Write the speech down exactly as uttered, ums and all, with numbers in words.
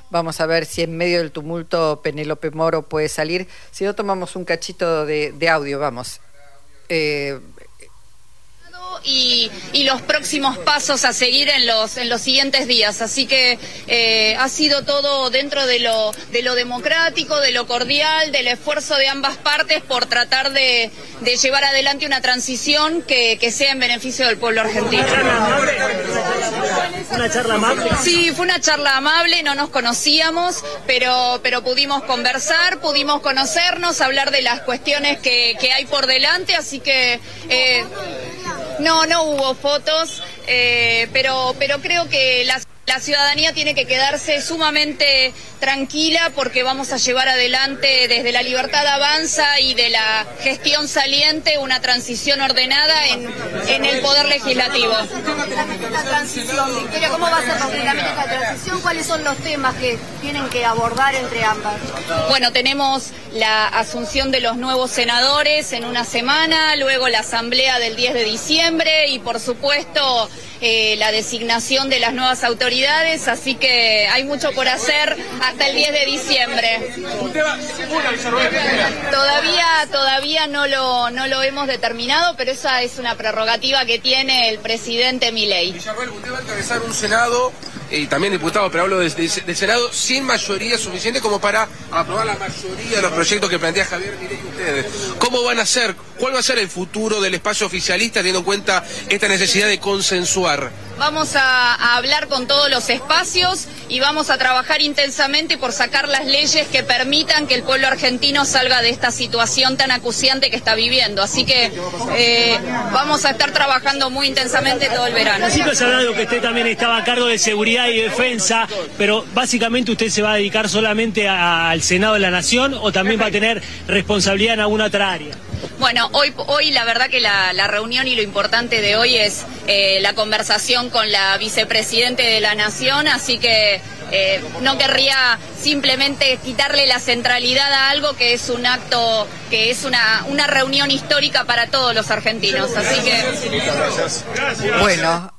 Vamos a ver si en medio del tumulto Penélope Moro puede salir. Si no, tomamos un cachito de, de audio, vamos. Eh, Y, y los próximos pasos a seguir en los en los siguientes días, así que eh, ha sido todo dentro de lo de lo democrático, de lo cordial, del esfuerzo de ambas partes por tratar de, de llevar adelante una transición que, que sea en beneficio del pueblo argentino. ¿Una charla amable? Sí, fue una charla amable, no nos conocíamos, pero pero pudimos conversar, pudimos conocernos, hablar de las cuestiones que, que hay por delante, así que eh, No, no hubo fotos, eh, pero, pero creo que la, la ciudadanía tiene que quedarse sumamente tranquila porque vamos a llevar adelante desde La Libertad Avanza y de la gestión saliente una transición ordenada en, en el Poder Legislativo. Esta transición, Victoria, ¿cómo va a ser concretamente esta transición? ¿Cuáles son los temas que tienen que abordar entre ambas? Bueno, tenemos la asunción de los nuevos senadores en una semana, luego la asamblea del diez de diciembre y por supuesto eh, la designación de las nuevas autoridades, así que hay mucho por hacer hasta el diez de diciembre. Todavía, todavía no lo, no lo hemos determinado, pero esa es una prerrogativa que tiene el presidente Milei. Villarroel, usted va a encabezar un Senado, y eh, también diputado, pero hablo del de, de Senado, sin mayoría suficiente como para aprobar la mayoría de los proyectos que plantea Javier Milei y ustedes. ¿Cómo van a hacer? ¿Cuál va a ser el futuro del espacio oficialista teniendo en cuenta esta necesidad de consensuar? Vamos a, a hablar con todos los espacios y vamos a trabajar intensamente por sacar las leyes que permitan que el pueblo argentino salga de esta situación tan acuciante que está viviendo. Así que eh, vamos a estar trabajando muy intensamente todo el verano. Necesito saber algo, que usted también estaba a cargo de seguridad y defensa, pero básicamente usted se va a dedicar solamente a, al Senado de la Nación o también va a tener responsabilidad en alguna otra área. Bueno, hoy, hoy la verdad que la, la reunión y lo importante de hoy es eh, la conversación con la vicepresidente de la Nación, así que eh, no querría simplemente quitarle la centralidad a algo que es un acto, que es una, una reunión histórica para todos los argentinos, así que... Bueno.